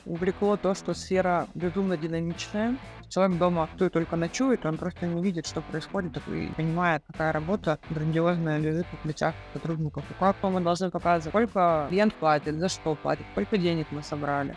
увлекло то, что сфера безумно динамичная. Человек дома то и только ночует, он просто не видит, что происходит, и понимает, какая работа грандиозная лежит на плечах сотрудников. И как мы должны показывать, сколько клиент платит, за что платит, сколько денег мы собрали.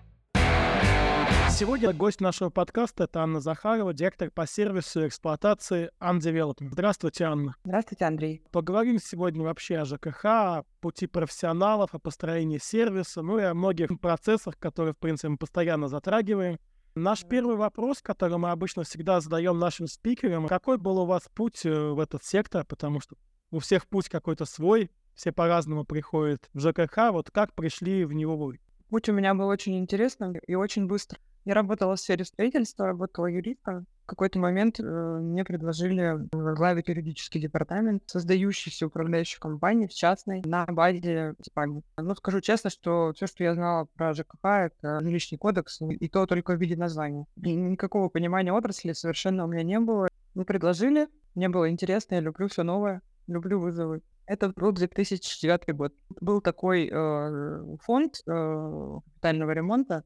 Сегодня гость нашего подкаста — это Анна Захарова, директор по сервису и эксплуатации Undevelopment. Здравствуйте, Анна. Здравствуйте, Андрей. Поговорим сегодня вообще о ЖКХ, о пути профессионалов, о построении сервиса, ну и о многих процессах, которые, в принципе, мы постоянно затрагиваем. Наш первый вопрос, который мы обычно всегда задаем нашим спикерам: какой был у вас путь в этот сектор? Потому что у всех путь какой-то свой, все по-разному приходят в ЖКХ. Вот как пришли в него вы? Путь у меня был очень интересным и очень быстро. Я работала в сфере строительства, работала юристом. В какой-то момент мне предложили возглавить юридический департамент, создающийся управляющей компании в частной на базе муниципальной. Ну, скажу честно, что все, что я знала про ЖКХ, это жилищный кодекс, и то только в виде названия. И никакого понимания отрасли совершенно у меня не было. Мы предложили, мне было интересно, я люблю все новое, люблю вызовы. Это был 2009 год. Был такой фонд капитального ремонта,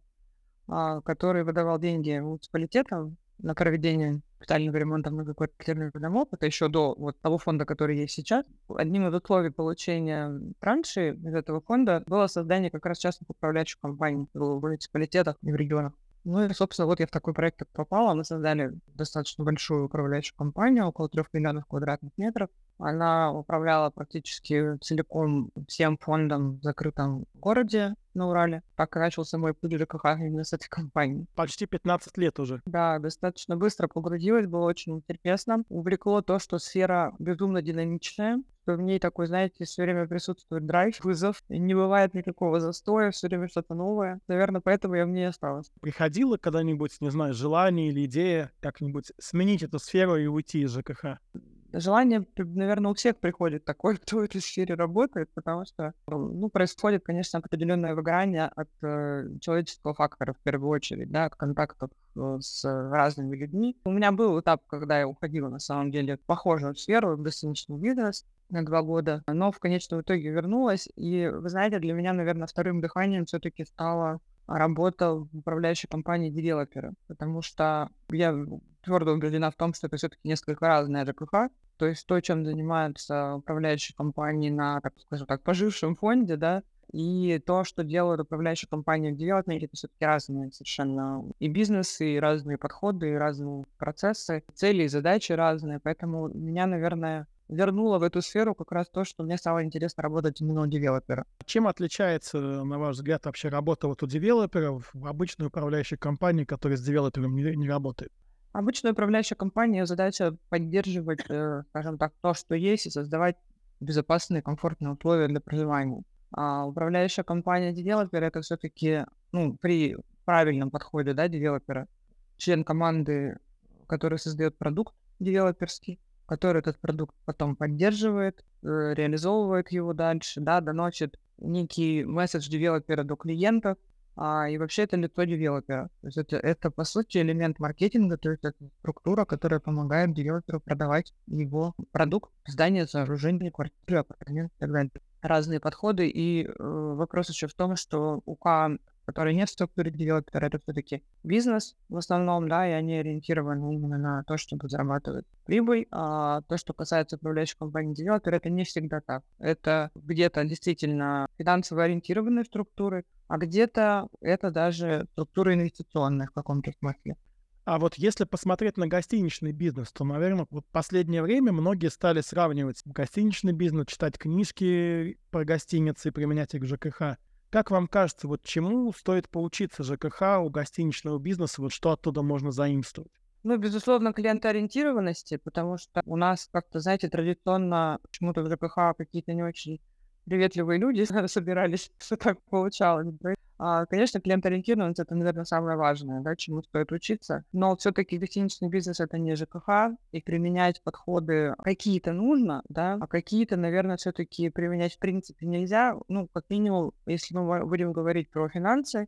который выдавал деньги муниципалитетам на проведение капитального ремонта многоквартирных домов. Это еще до вот того фонда, который есть сейчас. Одним из условий получения транши из этого фонда было создание как раз частных управляющих компаний в муниципалитетах и в регионах. Ну и, собственно, вот я в такой проект попала. Мы создали достаточно большую управляющую компанию, около 3 миллионов квадратных метров. Она управляла практически целиком всем фондом в закрытом городе на Урале. Так и начался мой путь в ЖКХ именно с этой компанией. Почти 15 лет уже. Да, достаточно быстро погрузилась, было очень интересно. Увлекло то, что сфера безумно динамичная, что в ней такой, знаете, все время присутствует драйв, вызов, и не бывает никакого застоя, все время что-то новое. Наверное, поэтому я в ней осталась. Приходило когда-нибудь, не знаю, желание или идея как-нибудь сменить эту сферу и уйти из ЖКХ? Желание, наверное, у всех приходит такое, кто в этой сфере работает, потому что, происходит, конечно, определенное выгорание от человеческого фактора в первую очередь, да, от контактов с разными людьми. У меня был этап, когда я уходила, на самом деле, в похожую сферу, в гостиничный бизнес на 2 года, но в конечном итоге вернулась. И, вы знаете, для меня, наверное, вторым дыханием все-таки стала работа в управляющей компании девелопера, потому что я твердо убеждена в том, что это все-таки несколько разное ЖКХ. То есть то, чем занимаются управляющие компании на, так скажем так, пожившем фонде, да, и то, что делают управляющие компании в девелопменте, это все-таки разные совершенно и бизнесы, и разные подходы, и разные процессы, цели и задачи разные. Поэтому меня, наверное, вернуло в эту сферу как раз то, что мне стало интересно работать именно у девелопера. Чем отличается, на ваш взгляд, вообще работа вот у девелоперов в обычной управляющей компании, которая с девелопером не работает? Обычная управляющая компания, её задача поддерживать, скажем так, то, что есть, и создавать безопасные, комфортные условия для проживания. А управляющая компания девелопера — это все-таки, при правильном подходе, да, девелопера, член команды, который создает продукт девелоперский, который этот продукт потом поддерживает, реализовывает его дальше, да, доносит некий месседж девелопера до клиентов, и вообще это лицо девелопера. То есть это по сути элемент маркетинга, то есть это структура, которая помогает девелоперу продавать его продукт, здание, сооружение, квартиры, апартаменты и так далее. Разные подходы. И вопрос еще в том, что УК, который нет в структуре девелопера, это все-таки бизнес в основном, да, и они ориентированы именно на то, чтобы зарабатывать прибыль. А то, что касается управляющей компании девелопера, это не всегда так. Это где-то действительно финансово ориентированные структуры, а где-то это даже структура инвестиционная в каком-то смысле. А вот если посмотреть на гостиничный бизнес, то, наверное, вот в последнее время многие стали сравнивать гостиничный бизнес, читать книжки про гостиницы и применять их к ЖКХ. Как вам кажется, вот чему стоит поучиться ЖКХ у гостиничного бизнеса, вот что оттуда можно заимствовать? Безусловно, клиентоориентированности, потому что у нас как-то, знаете, традиционно почему-то в ЖКХ какие-то не очень приветливые люди собирались, что так получалось. Да. Конечно, клиентоориентированность — это, наверное, самое важное, да, чему стоит учиться. Но все-таки гостиничный бизнес — это не ЖКХ, и применять подходы какие-то нужно, да, а какие-то, наверное, все-таки применять в принципе нельзя. Как минимум, если мы будем говорить про финансы,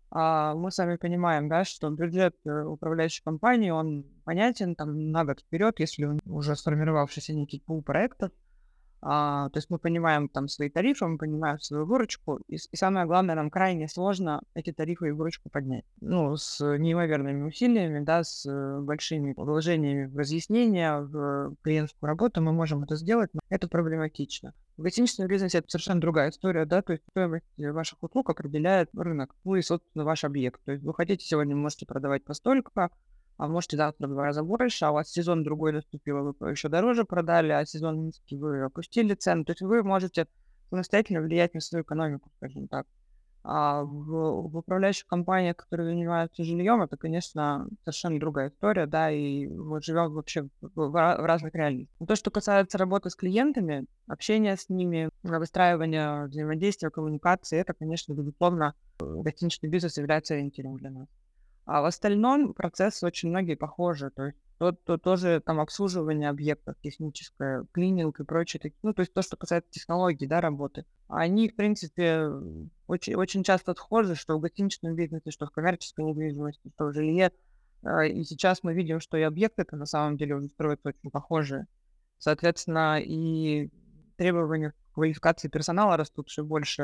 мы сами понимаем, да, что бюджет управляющей компании, он понятен там на год вперед, если уже сформировавшийся некий пул проектов. То есть мы понимаем там свои тарифы, мы понимаем свою выручку, и самое главное, нам крайне сложно эти тарифы и выручку поднять. Ну, с неимоверными усилиями, да, с большими вложениями в разъяснения, в клиентскую работу мы можем это сделать, но это проблематично. В гостиничном бизнесе это совершенно другая история, да, то есть стоимость ваших услуг определяет рынок, ну и, собственно, ваш объект. То есть вы хотите сегодня, можете продавать по столько, а можете завтра в 2 раза больше, а у вас сезон другой наступил, вы еще дороже продали, а сезон низкий, вы опустили цену. То есть вы можете самостоятельно влиять на свою экономику, скажем так. А в управляющих компаниях, которые занимаются жильем, это, конечно, совершенно другая история, да, и мы живем вообще в разных реалиях. Но то, что касается работы с клиентами, общения с ними, выстраивания взаимодействия, коммуникации, это, конечно, безусловно, гостиничный бизнес является ориентиром для нас. А в остальном процессы очень многие похожи. То есть то тоже там обслуживание объектов, техническое, клининг и прочее. Ну, то есть то, что касается технологий, да, работы. Они, в принципе, очень, очень часто схожи, что в гостиничном бизнесе, что в коммерческой недвижимости, что в жилье. И сейчас мы видим, что и объекты-то на самом деле уже строятся очень похожие. Соответственно, и требования к квалификации персонала растут все больше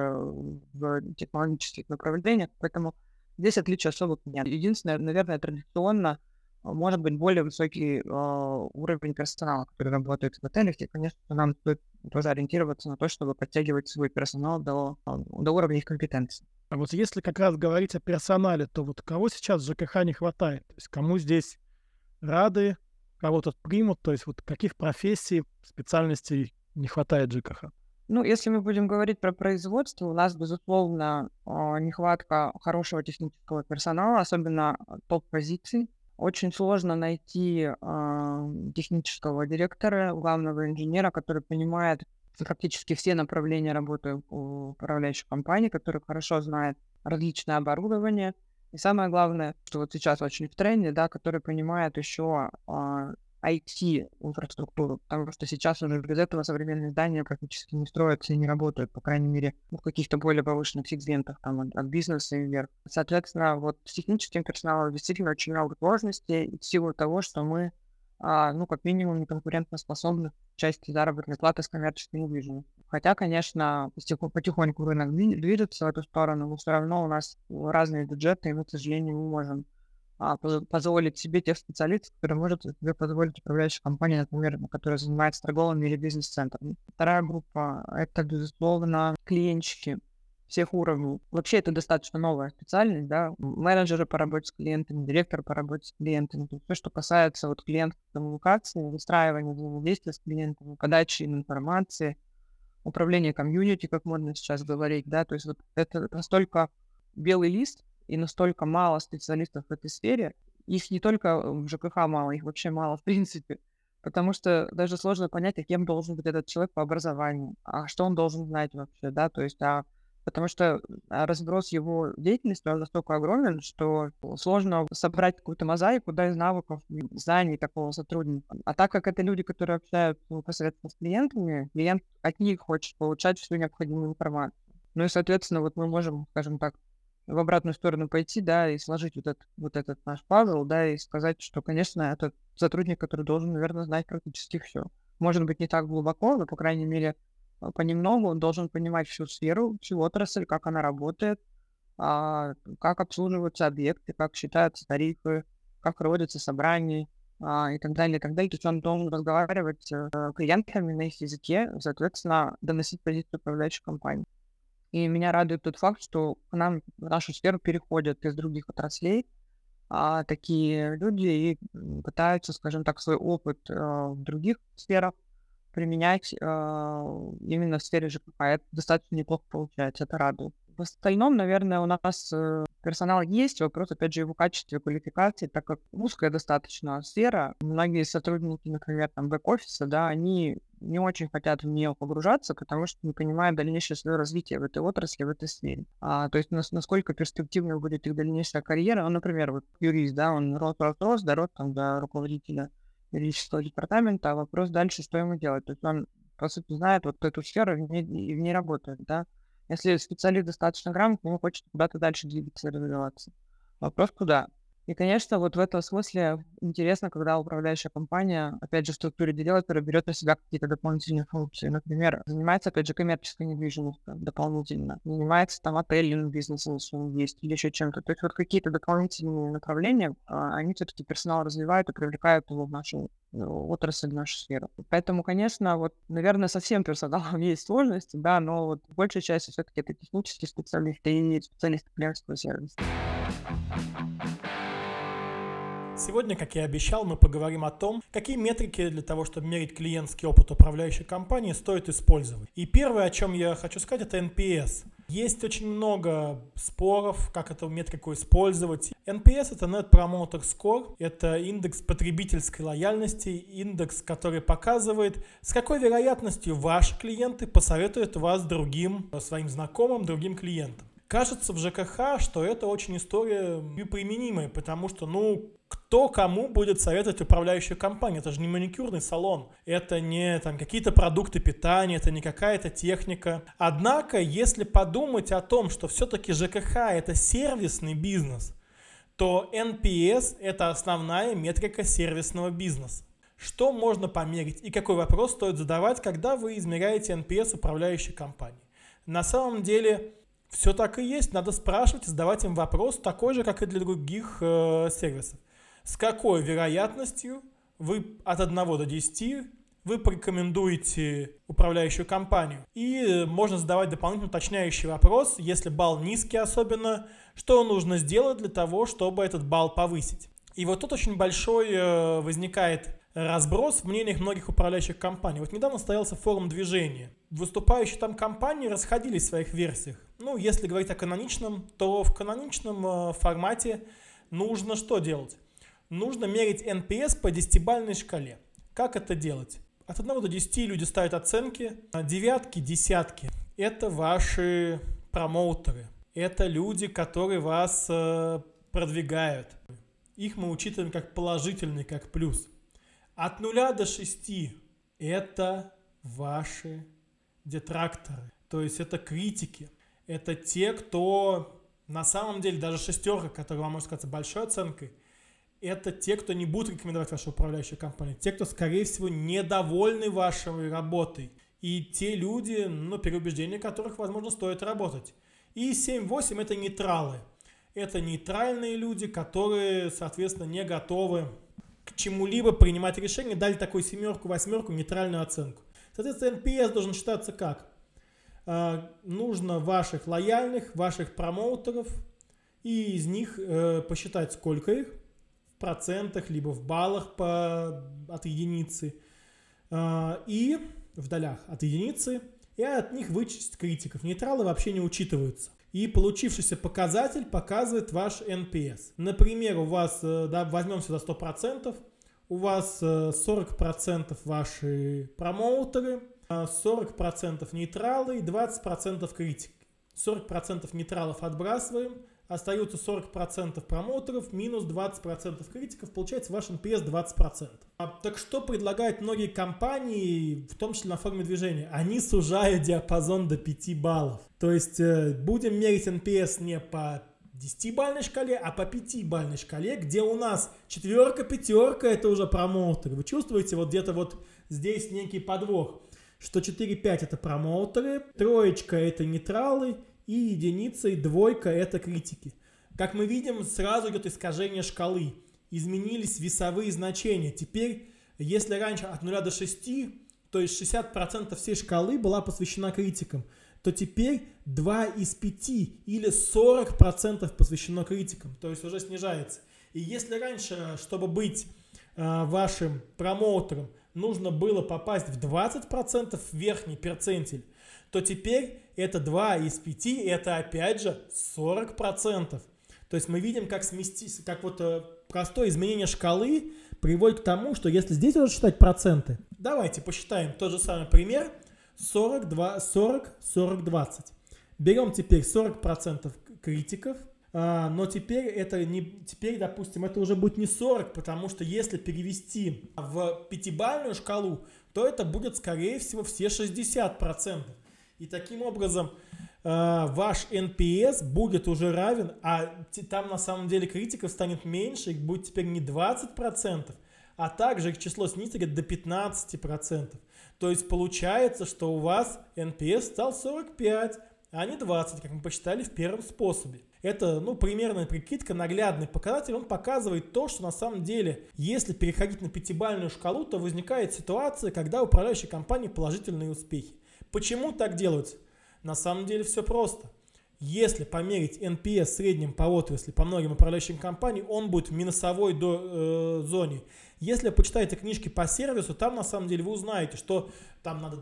в технологических направлениях, поэтому здесь отличий особых нет. Единственное, наверное, традиционно может быть более высокий уровень персонала, который работает в отелях, и, конечно, нам стоит тоже ориентироваться на то, чтобы подтягивать свой персонал до уровня их компетенции. А вот если как раз говорить о персонале, то вот кого сейчас в ЖКХ не хватает? То есть кому здесь рады, кого тут примут? То есть вот каких профессий, специальностей не хватает ЖКХ? Ну, если мы будем говорить про производство, у нас, безусловно, нехватка хорошего технического персонала, особенно топ-позиций. Очень сложно найти технического директора, главного инженера, который понимает практически все направления работы у управляющей компании, который хорошо знает различное оборудование. И самое главное, что вот сейчас очень в тренде, да, который понимает еще IT-инфраструктуру, потому что сейчас уже без этого современные здания практически не строятся и не работают, по крайней мере, в каких-то более повышенных сегментах, там, от бизнеса и вверх. Соответственно, вот с техническим персоналом действительно очень много сложностей в силу того, что мы, ну, как минимум, не конкурентоспособны в части заработной платы с коммерческой недвижимостью. Хотя, конечно, потихоньку рынок движется в эту сторону, но все равно у нас разные бюджеты, и мы, к сожалению, не можем позволить себе тех специалистов, которые может себе позволить управляющая компания, например, которая занимается торговыми или бизнес-центрами. Вторая группа — это, безусловно, клиентщики всех уровней. Вообще это достаточно новая специальность, да, менеджеры по работе с клиентами, директор по работе с клиентами. То есть все, что касается вот клиентской коммуникации, выстраивания взаимодействия с клиентами, подачи им информации, управления комьюнити, как модно сейчас говорить, да, то есть вот это настолько белый лист, и настолько мало специалистов в этой сфере, их не только в ЖКХ мало, их вообще мало в принципе, потому что даже сложно понять, а кем должен быть этот человек по образованию, а что он должен знать вообще, да, то есть, потому что разброс его деятельности, он настолько огромен, что сложно собрать какую-то мозаику, да, из навыков, знаний такого сотрудника. А так как это люди, которые общаются непосредственно с клиентами, клиент от них хочет получать всю необходимую информацию. Ну и, соответственно, вот мы можем, скажем так, в обратную сторону пойти, да, и сложить вот этот наш пазл, да, и сказать, что, конечно, это сотрудник, который должен, наверное, знать практически все. Может быть, не так глубоко, но, по крайней мере, понемногу он должен понимать всю сферу, всю отрасль, как она работает, как обслуживаются объекты, как считаются тарифы, как проводятся собрания, и так далее, и так далее. То есть он должен разговаривать с клиентами на их языке, соответственно, доносить позицию управляющей компании. И меня радует тот факт, что к нам в нашу сферу переходят из других отраслей такие люди и пытаются, скажем так, свой опыт в других сферах применять именно в сфере ЖКХ. Это достаточно неплохо получается, это радует. В остальном, наверное, у нас персонал есть. Вопрос, опять же, его качестве квалификации, так как узкая достаточно сфера. Многие сотрудники, например, там, бэк-офиса, да, они не очень хотят в нее погружаться, потому что не понимают дальнейшее свое развитие в этой отрасли, в этой сфере. То есть насколько перспективной будет их дальнейшая карьера. Ну, например, вот юрист, да, он рос, дорос там до руководителя юридического департамента, а вопрос дальше, что ему делать. То есть он, по сути, знает вот эту сферу и в ней работает, да. Если специалист достаточно грамотный, он хочет куда-то дальше двигаться, развиваться. Вопрос куда? И, конечно, вот в этом смысле интересно, когда управляющая компания, опять же, в структуре девелопера берет на себя какие-то дополнительные функции. Например, занимается, опять же, коммерческой недвижимостью дополнительно, занимается там отельным бизнесом, если он есть, или еще чем-то. То есть вот какие-то дополнительные направления, они все-таки персонал развивают и привлекают его в нашу отрасль, в нашу сферу. Поэтому, конечно, вот, наверное, со всем персоналом есть сложности, да, но вот большая часть все-таки это технические специалисты и специалисты клиентского сервиса. Сегодня, как я и обещал, мы поговорим о том, какие метрики для того, чтобы мерить клиентский опыт управляющей компании, стоит использовать. И первое, о чем я хочу сказать, это NPS. Есть очень много споров, как эту метрику использовать. NPS — это Net Promoter Score, это индекс потребительской лояльности, индекс, который показывает, с какой вероятностью ваши клиенты посоветуют вас другим, своим знакомым, другим клиентам. Кажется в ЖКХ, что это очень история неприменимая, потому что, кто кому будет советовать управляющую компанию? Это же не маникюрный салон, это не там какие-то продукты питания, это не какая-то техника. Однако, если подумать о том, что все-таки ЖКХ это сервисный бизнес, то NPS это основная метрика сервисного бизнеса. Что можно померить и какой вопрос стоит задавать, когда вы измеряете NPS управляющей компании? На самом деле, все так и есть, надо спрашивать и задавать им вопрос такой же, как и для других сервисов. С какой вероятностью вы от 1 до 10 вы порекомендуете управляющую компанию? И можно задавать дополнительно уточняющий вопрос, если балл низкий особенно, что нужно сделать для того, чтобы этот балл повысить. И вот тут очень большой возникает разброс в мнениях многих управляющих компаний. Вот недавно состоялся форум движения. Выступающие там компании расходились в своих версиях. Если говорить о каноничном, то в каноничном формате нужно что делать? Нужно мерить NPS по 10-бальной шкале. Как это делать? От 1 до 10 люди ставят оценки. Девятки, десятки – это ваши промоутеры. Это люди, которые вас продвигают. Их мы учитываем как положительный, как плюс. От 0 до 6 – это ваши детракторы. То есть это критики. Это те, кто на самом деле, даже 6, которая вам может казаться большой оценкой, это те, кто не будут рекомендовать вашу управляющую компанию. Те, кто, скорее всего, недовольны вашей работой. И те люди, при убеждении которых, возможно, стоит работать. И 7-8 – это нейтралы. Это нейтральные люди, которые, соответственно, не готовы к чему-либо принимать решение. Дали такую 7-8 нейтральную оценку. Соответственно, NPS должен считаться как? Нужно ваших лояльных, ваших промоутеров, и из них посчитать, сколько их, в процентах, либо в баллах от единицы, и в долях от единицы, и от них вычесть критиков. Нейтралы вообще не учитываются. И получившийся показатель показывает ваш NPS. Например, у вас, возьмем сюда 100%, у вас 40% ваши промоутеры, 40% нейтралы и 20% критики. 40% нейтралов отбрасываем, остаются 40% промоутеров, минус 20% критиков, получается ваш NPS 20%. Так что предлагают многие компании, в том числе на форуме движения? Они сужают диапазон до 5 баллов. То есть будем мерить NPS не по 10-бальной шкале, а по 5-бальной шкале, где у нас 4, 5 это уже промоутеры. Вы чувствуете вот где-то вот здесь некий подвох, что 4-5 это промоутеры, 3 это нейтралы, и единица, и 2 это критики. Как мы видим, сразу идет искажение шкалы. Изменились весовые значения. Теперь, если раньше от 0 до 6, то есть 60% всей шкалы была посвящена критикам, то теперь 2 из 5 или 40% посвящено критикам. То есть уже снижается. И если раньше, чтобы быть вашим промоутером, нужно было попасть в 20% в верхний перцентиль, то теперь это 2 из 5, это опять же 40%. То есть мы видим, как простое изменение шкалы приводит к тому, что если здесь уже считать проценты, давайте посчитаем тот же самый пример, 40, 40, 20. Берем теперь 40% критиков, но теперь, допустим, это уже будет не 40, потому что если перевести в 5-бальную шкалу, то это будет, скорее всего, все 60%. И таким образом ваш NPS будет уже равен, там на самом деле критиков станет меньше, их будет теперь не 20%, а также их число снизится до 15%. То есть получается, что у вас NPS стал 45, а не 20, как мы посчитали в первом способе. Это, примерная прикидка, наглядный показатель. Он показывает то, что на самом деле, если переходить на 5-бальную шкалу, то возникает ситуация, когда у управляющей компании положительные успехи. Почему так делается? На самом деле все просто. Если померить NPS в среднем по отрасли, по многим управляющим компаниям, он будет в минусовой зоне. Если вы почитаете книжки по сервису, там на самом деле вы узнаете, что там надо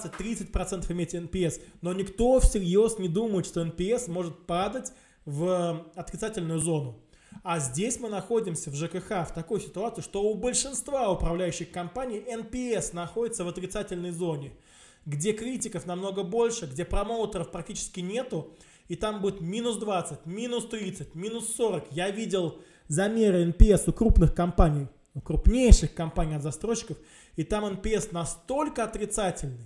20-30% иметь NPS, но никто всерьез не думает, что NPS может падать в отрицательную зону. А здесь мы находимся в ЖКХ в такой ситуации, что у большинства управляющих компаний NPS находится в отрицательной зоне, где критиков намного больше, где промоутеров практически нету, и там будет минус 20, минус 30, минус 40. Я видел замеры NPS у крупных компаний, у крупнейших компаний от застройщиков, и там NPS настолько отрицательный,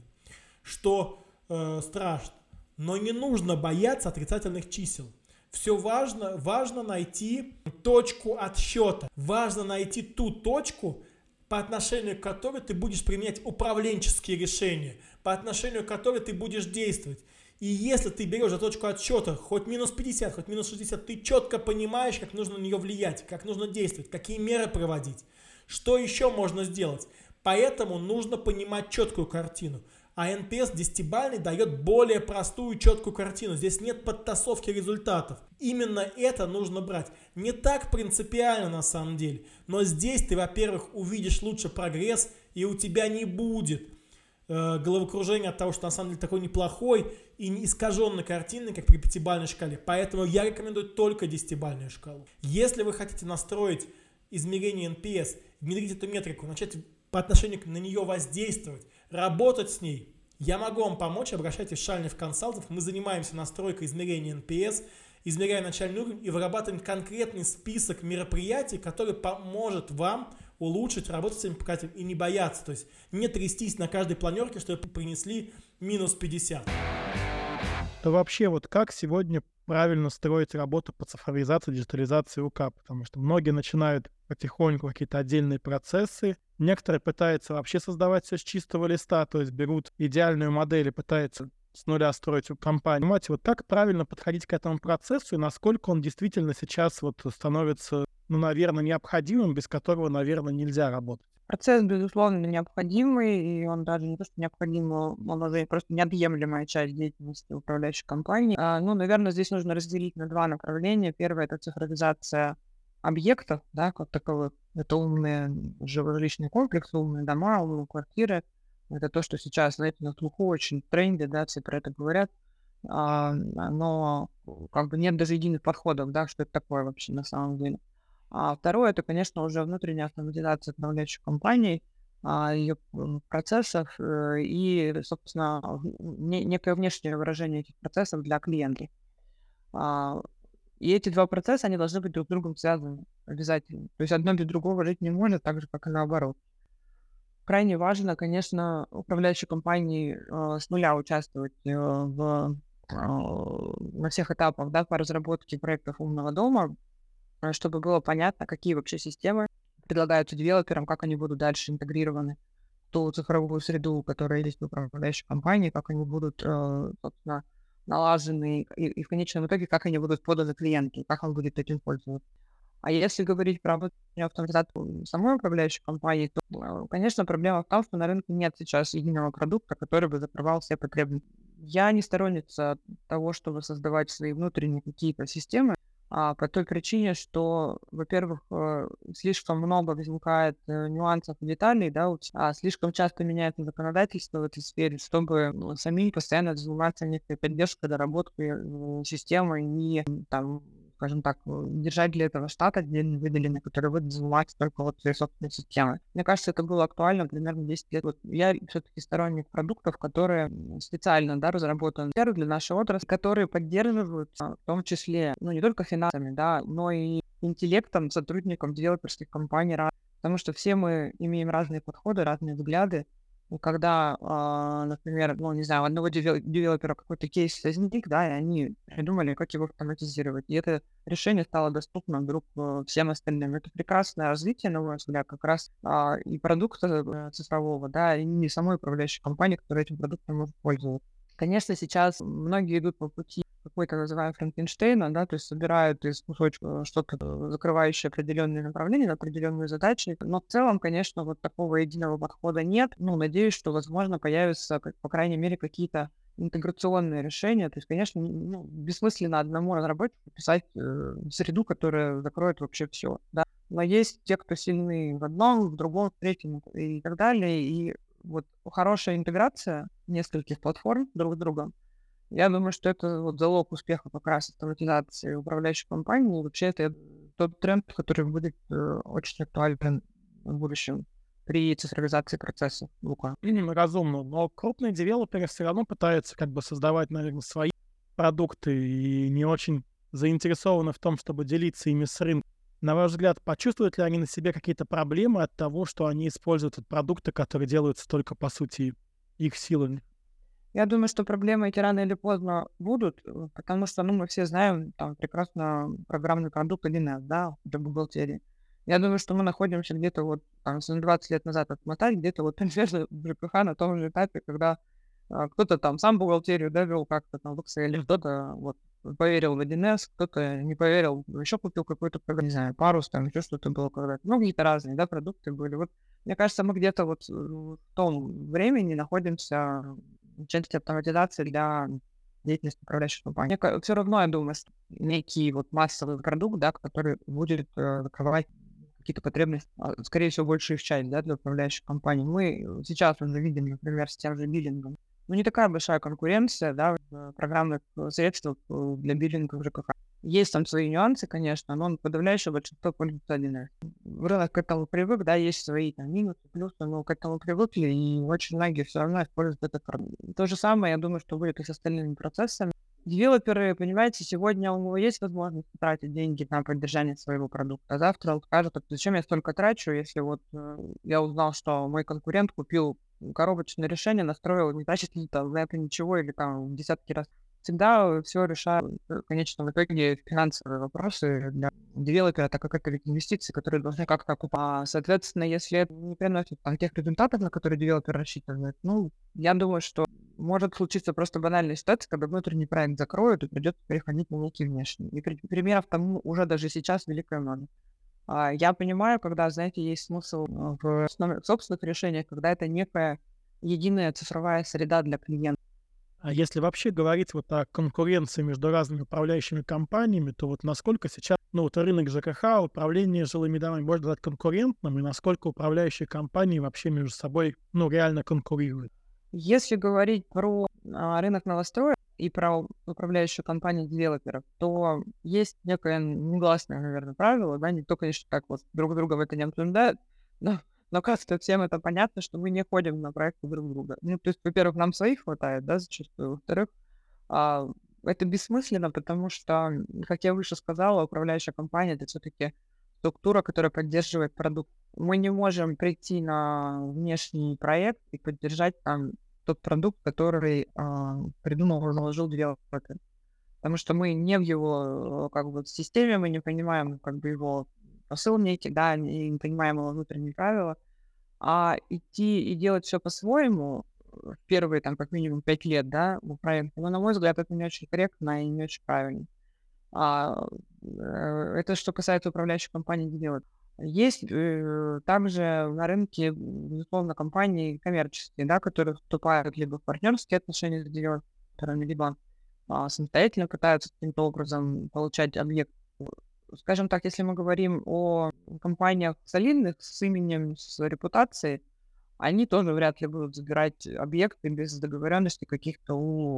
что страшно. Но не нужно бояться отрицательных чисел. Все важно найти точку отсчета. Важно найти ту точку, по отношению к которой ты будешь применять управленческие решения, по отношению к которой ты будешь действовать. И если ты берешь за точку отсчета хоть минус 50, хоть минус 60, ты четко понимаешь, как нужно на нее влиять, как нужно действовать, какие меры проводить, что еще можно сделать. Поэтому нужно понимать четкую картину. А NPS 10-бальный дает более простую, четкую картину. Здесь нет подтасовки результатов. Именно это нужно брать. Не так принципиально на самом деле. Но здесь ты, во-первых, увидишь лучше прогресс, и у тебя не будет головокружения от того, что на самом деле такой неплохой и не искаженной картины, как при 5-бальной шкале. Поэтому я рекомендую только 10-бальную шкалу. Если вы хотите настроить измерение NPS, внедрить эту метрику, начать по отношению на нее воздействовать, работать с ней, я могу вам помочь, обращайтесь в Шальнев Консалтинг, мы занимаемся настройкой измерения NPS, измеряем начальный уровень и вырабатываем конкретный список мероприятий, который поможет вам улучшить работу с этим показателем и не бояться, то есть не трястись на каждой планерке, что принесли минус 50. То вообще как сегодня правильно строить работу по цифровизации, диджитализации УК? Потому что многие начинают потихоньку какие-то отдельные процессы, некоторые пытаются вообще создавать все с чистого листа, то есть берут идеальную модель и пытаются с нуля строить компанию. Понимаете, как правильно подходить к этому процессу и насколько он действительно сейчас становится, наверное, необходимым, без которого, наверное, нельзя работать? Процесс, безусловно, необходимый, и он даже не то, что необходимый, он уже просто неотъемлемая часть деятельности управляющей компании. Наверное, здесь нужно разделить на два направления. Первое — это цифровизация объектов, да, как таковых. Это умные жилищные комплексы, умные дома, умные квартиры. Это то, что сейчас, знаете, на слуху, очень в тренде, да, все про это говорят. Но нет даже единых подходов, да, что это такое вообще на самом деле. А второе — это, конечно, уже внутренняя автоматизация управляющих компаний, ее процессов и, собственно, некое внешнее выражение этих процессов для клиентов. И эти два процесса, они должны быть друг с другом связаны обязательно. То есть одно без другого жить не может, так же, как и наоборот. Крайне важно, конечно, управляющей компании с нуля участвовать на всех этапах, да, по разработке проектов умного дома, чтобы было понятно, какие вообще системы предлагаются девелоперам, как они будут дальше интегрированы в ту цифровую среду, которая есть в управляющей компании, как они будут, собственно, налажены, и в конечном итоге, как они будут поданы клиенту, как он будет этим пользоваться. А если говорить про автоматизацию самой управляющей компании, то, конечно, проблема в том, что на рынке нет сейчас единого продукта, который бы закрывал все потребности. Я не сторонница того, чтобы создавать свои внутренние какие-то системы, по той причине, что, во-первых, слишком много возникает нюансов и деталей, да, слишком часто меняется законодательство в этой сфере, чтобы самим постоянно заниматься некой поддержкой, доработкой системы и, скажем так, держать для этого штат отдельно выделенный, который будет заниматься только своей собственной системой. Мне кажется, это было актуально примерно 10 лет. Я все-таки сторонник продуктов, которые специально, да, разработаны для нашей отрасли, которые поддерживают, в том числе, не только финансами, да, но и интеллектом сотрудников девелоперских компаний, потому что все мы имеем разные подходы, разные взгляды, И когда, например, ну, не знаю, у одного девелопера какой-то кейс возник, да, и они придумали, как его автоматизировать. И это решение стало доступно вдруг всем остальным. Это прекрасное развитие, на мой взгляд, как раз и продукта цифрового, да, и не самой управляющей компании, которая этим продуктом может пользоваться. Конечно, сейчас многие идут по пути какой-то, называем, Франкенштейна, да, то есть собирают из кусочка что-то, закрывающее определенные направления на определенные задачи. Но в целом, конечно, вот такого единого подхода нет. Ну, надеюсь, что, возможно, появятся, по крайней мере, какие-то интеграционные решения. То есть, конечно, ну, бессмысленно одному разработчику писать среду, которая закроет вообще все, да. Но есть те, кто сильны в одном, в другом, в третьем и так далее. И вот хорошая интеграция нескольких платформ друг с другом, я думаю, что это вот залог успеха как раз автоматизации управляющей компании. И вообще это тот тренд, который будет очень актуален в будущем при цифровизации процессов. Лука. Разумно, но крупные девелоперы все равно пытаются как бы создавать, наверное, свои продукты и не очень заинтересованы в том, чтобы делиться ими с рынком. На ваш взгляд, почувствуют ли они на себе какие-то проблемы от того, что они используют продукты, которые делаются только, по сути, их силами? Я думаю, что проблемы эти рано или поздно будут, потому что, ну, мы все знаем там прекрасно программный продукт 1С, да, для бухгалтерии. Я думаю, что мы находимся где-то вот, там, если на 20 лет назад отмотать, где-то вот примерно в ЖКХ на том же этапе, когда кто-то там сам бухгалтерию довел как-то там в Excel, кто-то вот поверил в 1С, кто-то не поверил, еще купил какой-то, не знаю, парус, там еще что-то было когда-то. Ну, какие-то разные, да, продукты были. Вот, мне кажется, мы где-то вот в том времени находимся части автоматизации для деятельности управляющей компании. Все равно, я думаю, что некий вот массовый продукт, да, который будет закрывать какие-то потребности, скорее всего, большую их часть, да, для управляющих компаний. Мы сейчас уже видим, например, с тем же биллингом. Ну, не такая большая конкуренция, да, в программных средствах для биллинга в ЖКХ. Есть там свои нюансы, конечно, но подавляющее большинство пользуется 1С. Рынок к этому привык, да, есть свои там минусы, плюсы, но к этому привыкли, и очень многие все равно используют этот продукт. То же самое, я думаю, что будет и с остальными процессами. Девелоперы, понимаете, сегодня у него есть возможность тратить деньги на поддержание своего продукта, а завтра он скажет, зачем я столько трачу, если вот я узнал, что мой конкурент купил коробочное решение, настроил, не тратит ли там на это ничего или там в десятки раз. Всегда все решают, конечно, в итоге финансовые вопросы для девелопера, так как это ведь инвестиции, которые должны как-то окупаться. Соответственно, если это не приносит там тех результатов, на которые девелопер рассчитывает, ну, я думаю, что может случиться просто банальная ситуация, когда внутренний проект закроют и придется переходить на некий внешний. И примеров тому уже даже сейчас великое много. Я понимаю, когда, знаете, есть смысл в собственных решениях, когда это некая единая цифровая среда для клиента. А если вообще говорить вот о конкуренции между разными управляющими компаниями, то вот насколько сейчас, ну вот рынок ЖКХ, управление жилыми домами можно назвать конкурентным, и насколько управляющие компании вообще между собой, ну, реально конкурируют? Если говорить про рынок новостроек и про управляющую компанию девелоперов, то есть некое негласное, наверное, правило, да, никто, конечно, так вот друг друга в это не обсуждает, но кажется, всем это понятно, что мы не ходим на проекты друг друга. Ну, то есть, во-первых, нам своих хватает, да, зачастую. Во-вторых, а, это бессмысленно, потому что, как я выше сказала, управляющая компания — это все-таки структура, которая поддерживает продукт. Мы не можем прийти на внешний проект и поддержать там тот продукт, который придумал и наложил девелопер. Потому что мы не в его как бы системе, мы не понимаем как бы его посыл некий, да, и не понимаем его внутренние правила. А идти и делать все по-своему в первые там как минимум 5 лет, да, у проекта, ну, на мой взгляд, это не очень корректно и не очень правильно. А, это что касается управляющей компании делать. Есть также на рынке, безусловно, компании коммерческие, да, которые вступают либо в партнерские отношения с девелоперами, либо самостоятельно пытаются каким-то образом получать объект. Скажем так, если мы говорим о компаниях солидных, с именем, с репутацией, они тоже вряд ли будут забирать объекты без договоренности каких-то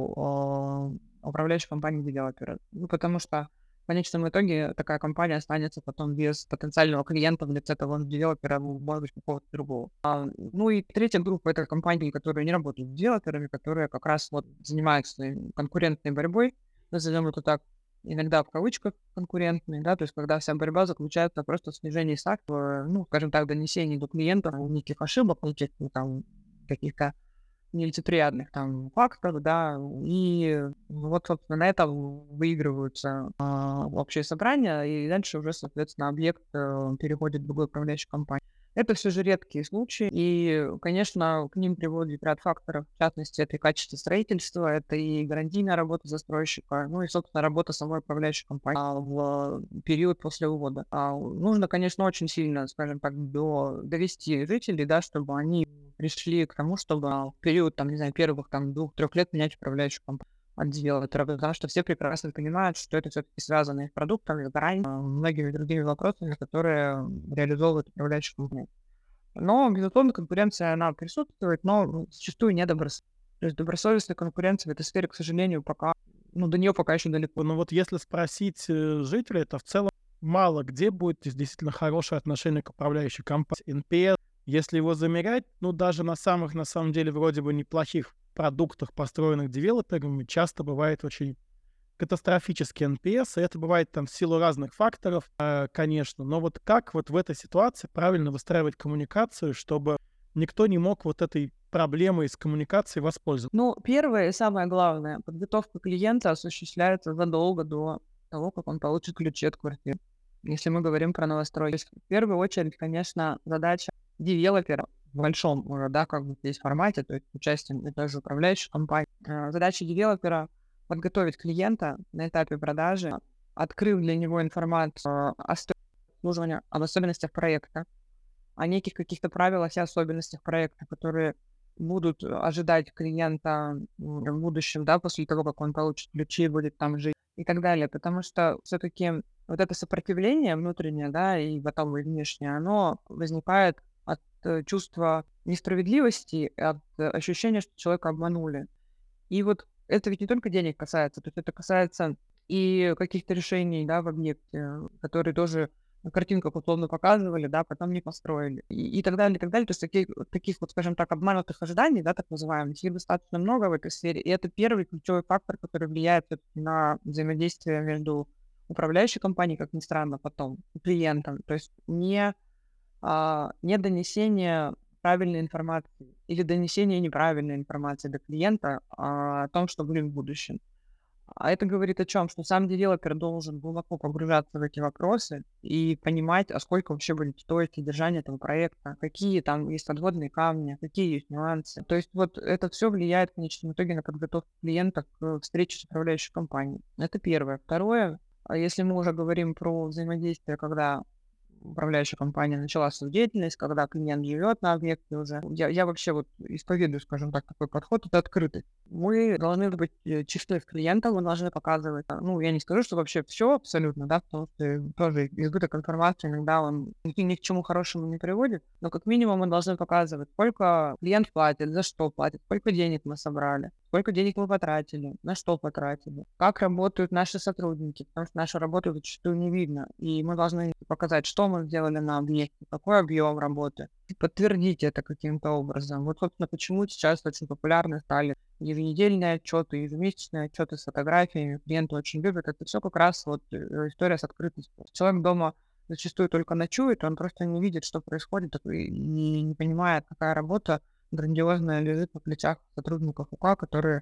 у управляющей компании девелопера. Ну, потому что в конечном итоге такая компания останется потом без потенциального клиента в лице того же девелопера, может быть, какого-то другого. Ну и третья группа — это компании, которые не работают с девелоперами, которые как раз вот занимаются конкурентной борьбой, назовем это так, иногда в кавычках конкурентные, да, то есть когда вся борьба заключается просто в снижении ставок, ну, скажем так, донесении до клиента неких ошибок, неких там каких-то нелицеприятных там фактов, да, и вот, собственно, на этом выигрываются общие собрания, и дальше уже, соответственно, объект переходит в другую управляющую компанию. Это все же редкие случаи, и, конечно, к ним приводит ряд факторов, в частности, это и качество строительства, это и гарантийная работа застройщика, ну и, собственно, работа самой управляющей компании в период после увода. Нужно, конечно, очень сильно, скажем так, довести жителей, да, чтобы они пришли к тому, чтобы в период, там, не знаю, первых там 2-3 лет менять управляющую компанию от девелопера, потому что все прекрасно понимают, что это все-таки связано и с продуктами, с гарантией, многими другими вопросами, которые реализовывают управляющие компании. Но, безусловно, конкуренция, она присутствует, но зачастую недобросовестная. То есть добросовестная конкуренция в этой сфере, к сожалению, пока, до нее пока еще далеко. Но вот если спросить жителей, то в целом мало где будет действительно хорошее отношение к управляющей компании. NPS, если его замерять, даже на самых, на самом деле, вроде бы неплохих продуктах, построенных девелоперами, часто бывает очень катастрофический NPS, и это бывает там в силу разных факторов, конечно. Но вот как вот в этой ситуации правильно выстраивать коммуникацию, чтобы никто не мог вот этой проблемой с коммуникацией воспользоваться? Первое и самое главное, подготовка клиента осуществляется задолго до того, как он получит ключи от квартиры. Если мы говорим про новостройки. В первую очередь, конечно, задача девелопера в большом уже, да, как бы здесь формате, то есть участием и той же управляющей компании. Задача девелопера подготовить клиента на этапе продажи, открыв для него информацию о стоимости обслуживания, об особенностях проекта, о неких каких-то правилах и особенностях проекта, которые будут ожидать клиента в будущем, да, после того, как он получит ключи, будет там жить и так далее. Потому что все-таки вот это сопротивление внутреннее, да, и потом и внешнее, оно возникает от чувства несправедливости, от ощущения, что человека обманули. И вот это ведь не только денег касается, то есть это касается и каких-то решений, да, в объекте, которые тоже на картинках условно показывали, да, потом не построили. И так далее, и так далее. То есть таких вот, скажем так, обманутых ожиданий, да, так называемых, их достаточно много в этой сфере. И это первый ключевой фактор, который влияет на взаимодействие между управляющей компанией, как ни странно, потом, и клиентом. То есть не донесение правильной информации или донесение неправильной информации до клиента о том, что будет в будущем. А это говорит о чем? Что сам девелопер должен глубоко погружаться в эти вопросы и понимать, а сколько вообще будет стоить содержание этого проекта, какие там есть подводные камни, какие есть нюансы. То есть вот это все влияет в конечном итоге на подготовку клиента к встрече с управляющей компанией. Это первое. Второе, если мы уже говорим про взаимодействие, когда управляющая компания начала свою деятельность, когда клиент живет на объекте уже. Я вообще вот исповедую, скажем так, такой подход, это открытый. Мы должны быть чисты с клиентом, мы должны показывать, я не скажу, что вообще все абсолютно, да, потому что тоже избыток информации иногда он ни к чему хорошему не приводит, но как минимум мы должны показывать, сколько клиент платит, за что платит, сколько денег мы собрали, сколько денег мы потратили, на что потратили, как работают наши сотрудники, потому что нашу работу зачастую не видно, и мы должны показать, что мы сделали на объекте, какой объем работы, подтвердить это каким-то образом. Вот, собственно, почему сейчас очень популярны стали еженедельные отчеты, ежемесячные отчеты с фотографиями, клиенты очень любят. Это все как раз вот история с открытостью. Человек дома зачастую только ночует, он просто не видит, что происходит, и не понимает, какая работа грандиозная лежит на плечах сотрудников УК, которые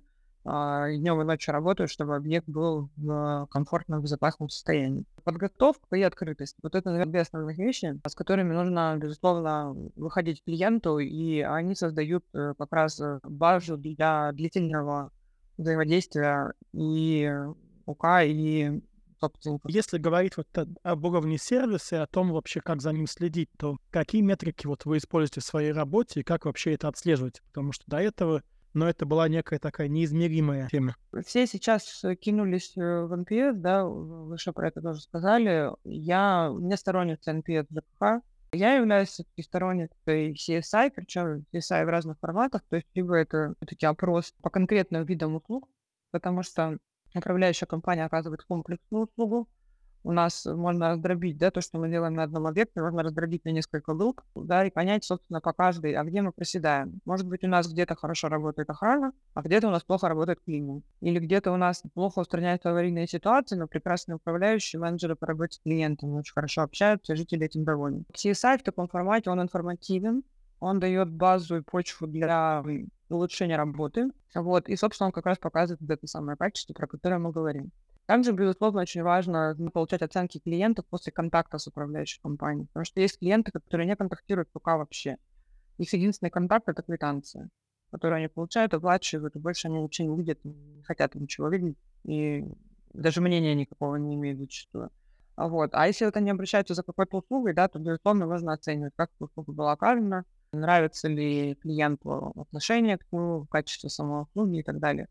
и днем и ночью работают, чтобы объект был в комфортном, безопасном состоянии. Подготовка и открытость. Вот это, наверное, две основных вещи, с которыми нужно, безусловно, выходить к клиенту, и они создают как раз базу для длительного взаимодействия и УК, и собственников. Если говорить вот об уровне сервиса и о том вообще, как за ним следить, то какие метрики вот вы используете в своей работе и как вообще это отслеживаете? Потому что до этого но это была некая такая неизмеримая тема. Все сейчас кинулись в NPS, да, вы еще про это тоже сказали. Я не сторонница NPS ЖКХ. Я являюсь все-таки сторонницей CSI, причем CSI в разных форматах, то есть либо это все-таки опрос по конкретным видам услуг, потому что управляющая компания оказывает комплексную услугу. У нас можно раздробить, да, то, что мы делаем на одном объекте, можно раздробить на несколько групп, да, и понять, собственно, по каждой, а где мы проседаем. Может быть, у нас где-то хорошо работает охрана, а где-то у нас плохо работает клининг. Или где-то у нас плохо устраняются аварийные ситуации, но прекрасные управляющие, менеджеры по работе с клиентами очень хорошо общаются, жители этим довольны. CSI в таком формате, он информативен, Он дает базу и почву для улучшения работы. Вот. И, собственно, он как раз показывает вот это самое качество, про которое мы говорим. Также, безусловно, очень важно получать оценки клиентов после контакта с управляющей компанией. Потому что есть клиенты, которые не контактируют пока вообще. Их единственный контакт — это квитанция, которую они получают, оплачивают, и больше они вообще не видят, не хотят ничего видеть, и даже мнения никакого не имеют зачастую. Вот. А если вот они обращаются за какой-то услугой, да, то, безусловно, важно оценивать, как услуга была оказана, нравится ли клиенту отношение к нему, качество самой услуги и так далее.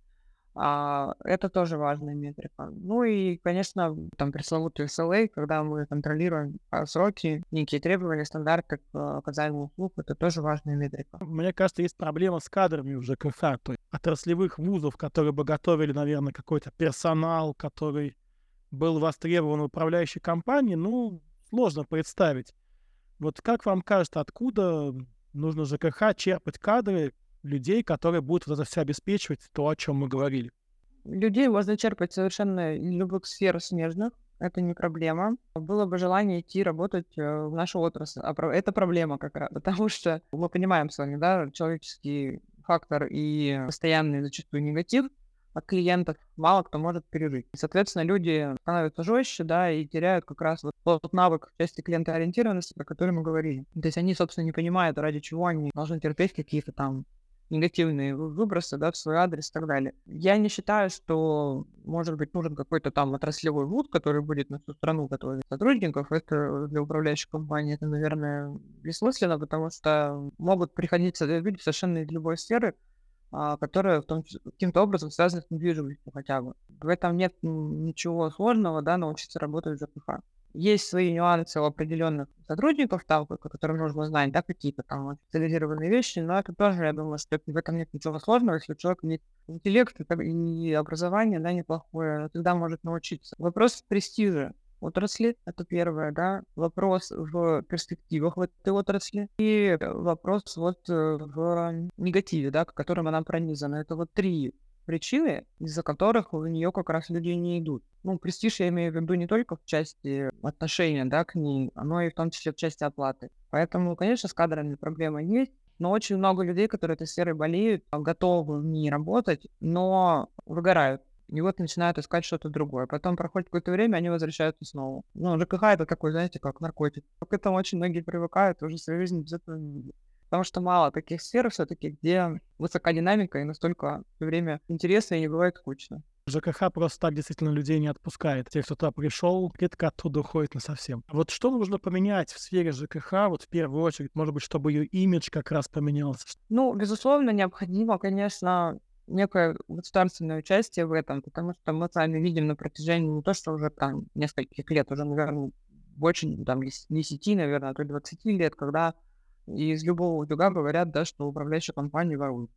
Это тоже важная метрика. Ну и, конечно, там пресловутый SLA, когда мы контролируем сроки, некие требования, стандарты к оказанию услуг, это тоже важная метрика. Мне кажется, есть проблема с кадрами в ЖКХ, то есть отраслевых вузов, которые бы готовили, наверное, какой-то персонал, который был востребован в управляющей компании, ну, сложно представить. Вот как вам кажется, откуда нужно ЖКХ черпать кадры людей, которые будут вот это все обеспечивать, то, о чем мы говорили? Людей можно черпать совершенно из любых сфер смежных, это не проблема. Было бы желание идти работать в нашу отрасль. Это проблема как раз, потому что мы понимаем с вами, да, человеческий фактор и постоянный зачастую негатив от клиентов мало кто может пережить. И, соответственно, люди становятся жестче, да, и теряют как раз вот тот навык в части клиентоориентированности, про который мы говорили. То есть они, собственно, не понимают, ради чего они должны терпеть какие-то там негативные выбросы, да, в свой адрес и так далее. Я не считаю, что, может быть, нужен какой-то там отраслевой вуз, который будет на всю страну готовить сотрудников. Это для управляющей компании, это, наверное, бессмысленно, потому что могут приходить люди совершенно из любой сферы, которые каким-то образом связаны с недвижимостью хотя бы. В этом нет ничего сложного, да, научиться работать в ЖКХ. Есть свои нюансы у определенных сотрудников, там, которым нужно знать, да, какие-то там специализированные вещи, но это тоже, я думаю, что в этом нет ничего сложного, если у человека есть интеллект и образование, да, неплохое, он всегда может научиться. Вопрос престижа отрасли, это первое, да, вопрос в перспективах в этой отрасли и вопрос вот в негативе, да, которым она пронизана. Это вот три причины, из-за которых у нее как раз люди не идут. Ну, престиж я имею в виду не только в части отношения, да, к ней, но и в том числе в части оплаты. Поэтому, конечно, с кадрами проблема есть, но очень много людей, которые этой сферой болеют, готовы в ней работать, но выгорают. И вот начинают искать что-то другое. Потом проходит какое-то время, они возвращаются снова. Ну, ЖКХ это такой, знаете, как наркотик. К этому очень многие привыкают, уже свою жизнь без этого не видят. Потому что мало таких сфер все-таки, где высока динамика и настолько все время интересно и не бывает скучно. ЖКХ просто так действительно людей не отпускает. Те, кто туда пришел, редко оттуда уходит насовсем. Вот что нужно поменять в сфере ЖКХ, вот в первую очередь, может быть, чтобы ее имидж как раз поменялся? Ну, безусловно, необходимо, конечно, некое государственное участие в этом, потому что мы с вами видим на протяжении не то, что уже там нескольких лет, уже, наверное, больше там 10, наверное, а то 20 лет, когда из любого утюга говорят, да, что управляющая компания ворует.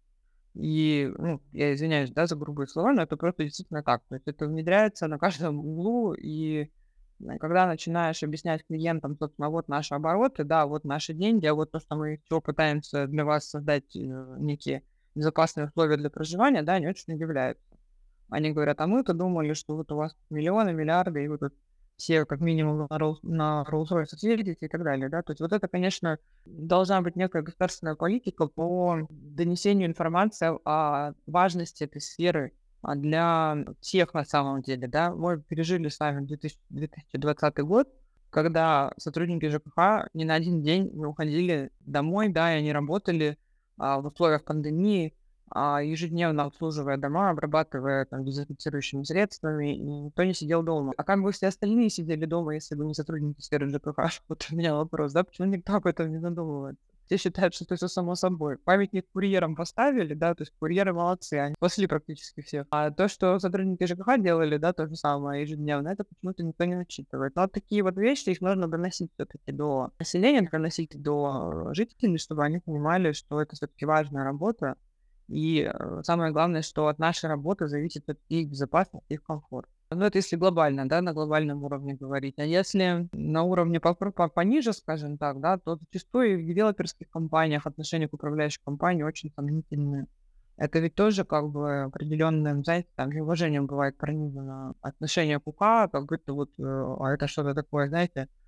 И, ну, я извиняюсь, да, за грубые слова, но это просто действительно так. То есть это внедряется на каждом углу, и когда начинаешь объяснять клиентам, собственно, вот наши обороты, да, вот наши деньги, а вот то, что мы все пытаемся для вас создать некие безопасные условия для проживания, да, они очень удивляются. Они говорят, а мы-то думали, что вот у вас миллионы, миллиарды, и вы тут все как минимум на Rolls-Royce съездите и так далее, да. То есть вот это, конечно, должна быть некая государственная политика по донесению информации о важности этой сферы для всех на самом деле, да. Мы пережили с вами 2020 год, когда сотрудники ЖКХ ни на один день не уходили домой, да, и они работали в условиях пандемии, ежедневно обслуживая дома, обрабатывая там дезинфицирующими средствами, и никто не сидел дома. А как бы все остальные сидели дома, если бы не сотрудники сферы ЖКХ? Вот у меня вопрос, да, почему никто об этом не задумывается? Все считают, что это все само собой. Памятник курьерам поставили, да, то есть курьеры молодцы, они спасли практически всех. А то, что сотрудники ЖКХ делали, да, то же самое ежедневно, это почему-то никто не учитывает. Но вот такие вот вещи, их нужно доносить все-таки до населения, доносить до жителей, чтобы они понимали, что это все-таки важная работа. И самое главное, что от нашей работы зависит от их безопасности, их комфорт. Ну, это если глобально, да, на глобальном уровне говорить. А если на уровне пониже, скажем так, да, то зачастую в девелоперских компаниях отношения к управляющей компании очень сомнительные. Это ведь тоже как бы определенным, знаете, там, неуважением бывает пронизано отношение к УК, как будто вот, а это что-то такое, знаете,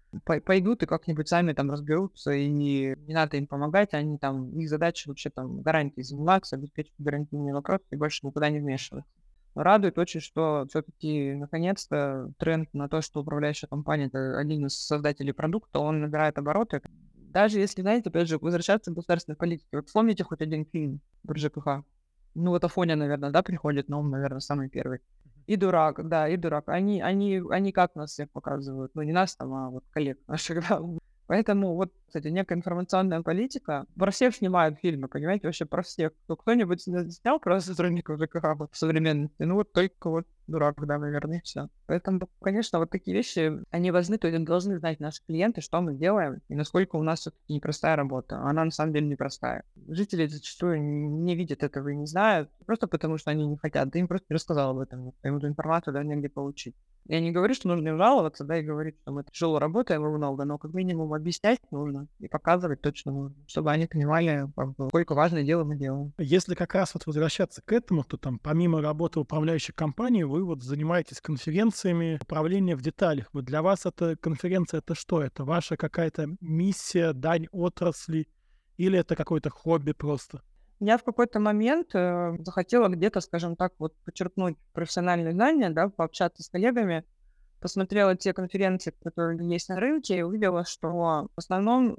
пойдут и как-нибудь сами там разберутся, и не надо им помогать, они там, их задача вообще там гарантией заниматься, обеспечить гарантийные вопросы и больше никуда не вмешиваться. Радует очень, что все-таки наконец-то тренд на то, что управляющая компания — это один из создателей продукта, он набирает обороты. Даже если, знаете, опять же, возвращаться к государственной политике. Вот вспомните хоть один фильм про ЖКХ. Ну, вот Афоня, наверное, да, приходит, но он, наверное, самый первый. И дурак, да, и дурак. Они как нас всех показывают? Ну, не нас там, а вот коллег наших, да. Поэтому вот, кстати, некая информационная политика. Про всех снимают фильмы, понимаете, вообще про всех. Кто-нибудь снял про сотрудников ЖКХ вот в современности? Ну, вот только вот дурак, да, наверное, и все. Поэтому, конечно, вот такие вещи, они важны, то есть должны знать наши клиенты, что мы делаем, и насколько у нас все-таки непростая работа. Она на самом деле непростая. Жители зачастую не видят этого и не знают, просто потому что они не хотят. Да им просто не рассказал об этом, им эту информацию даже негде получить. Я не говорю, что нужно им жаловаться, да, и говорить, что мы тяжело работаем и много, но как минимум объяснять нужно и показывать точно нужно, чтобы они понимали, сколько важное дело мы делаем. Если как раз вот возвращаться к этому, то там помимо работы управляющей компании, вы вот занимаетесь конференциями, управление в деталях. Вот для вас эта конференция — это что? Это ваша какая-то миссия, дань отрасли, или это какое-то хобби просто? Я в какой-то момент захотела где-то, скажем так, вот подчеркнуть профессиональные знания, да, пообщаться с коллегами, посмотрела те конференции, которые есть на рынке, и увидела, что в основном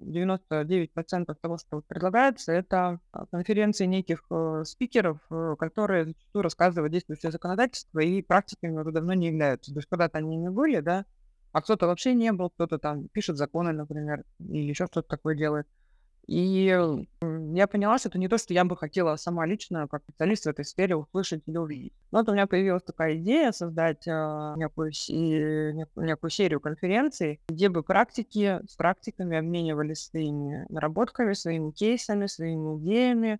99% того, что предлагается, это конференции неких спикеров, которые зачастую рассказывают действующее законодательство и практиками уже давно не являются. То есть когда-то они не были, да, а кто-то вообще не был, кто-то там пишет законы, например, или еще что-то такое делает. И я поняла, что это не то, что я бы хотела сама лично, как специалист в этой сфере, услышать или увидеть. Но вот у меня появилась такая идея создать некую серию конференций, где бы практики с практиками обменивались своими наработками, своими кейсами, своими идеями,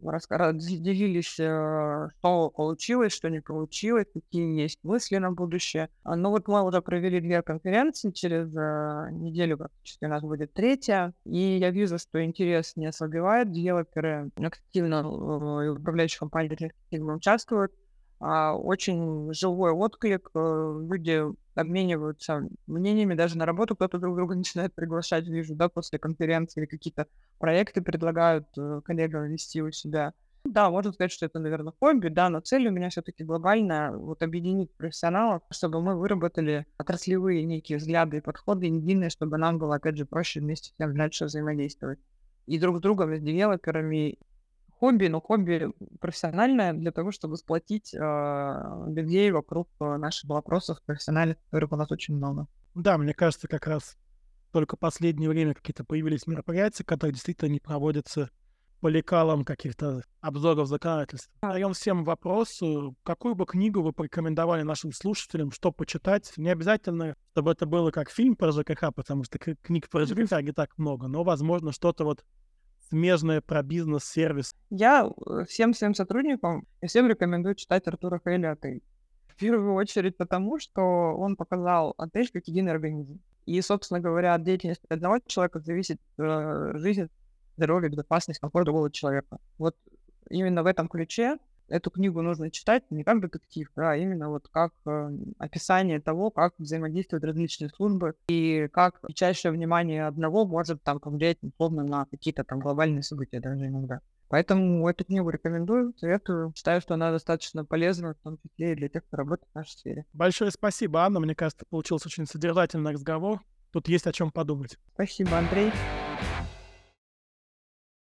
делились, что получилось, что не получилось, какие есть мысли на будущее. Ну вот мы уже провели 2 конференции, через неделю практически у нас будет 3-я, и я вижу, что интерес не ослабевает, девелоперы активно и управляющие компании активно участвуют. Очень живой отклик, люди обмениваются мнениями, даже на работу кто-то друг друга начинает приглашать, вижу, да, после конференции, или какие-то проекты предлагают коллегам вести у себя. Да, можно сказать, что это, наверное, хобби, да, но цель у меня все-таки глобальная, вот объединить профессионалов, чтобы мы выработали отраслевые некие взгляды и подходы единые, чтобы нам было, опять же, проще вместе всем дальше взаимодействовать. И друг с другом, и с девелоперами. Хобби, но хобби профессиональное для того, чтобы сплотить людей вокруг наших вопросов профессиональных, которых у нас очень много. Да, мне кажется, как раз только в последнее время какие-то появились мероприятия, которые действительно не проводятся по лекалам каких-то обзоров законодательства. Задаем всем вопрос, какую бы книгу вы порекомендовали нашим слушателям, что почитать. Не обязательно, чтобы это было как фильм про ЖКХ, потому что книг про ЖКХ не так много, но, возможно, что-то вот смежное про бизнес-сервис. Я всем своим сотрудникам и всем рекомендую читать Артура Хейли «Отель». В первую очередь потому, что он показал отель как единый организм. И, собственно говоря, от деятельности одного человека зависит жизнь, здоровье, безопасность, комфорт другого человека. Вот именно в этом ключе эту книгу нужно читать не как детектив, а именно вот как описание того, как взаимодействуют различные службы и как величайшее внимание одного может там повлиять условно на какие-то там глобальные события даже иногда. Поэтому эту книгу рекомендую, советую. Считаю, что она достаточно полезна, в том числе и для тех, кто работает в нашей сфере. Большое спасибо, Анна. Мне кажется, получился очень содержательный разговор. Тут есть о чем подумать. Спасибо, Андрей.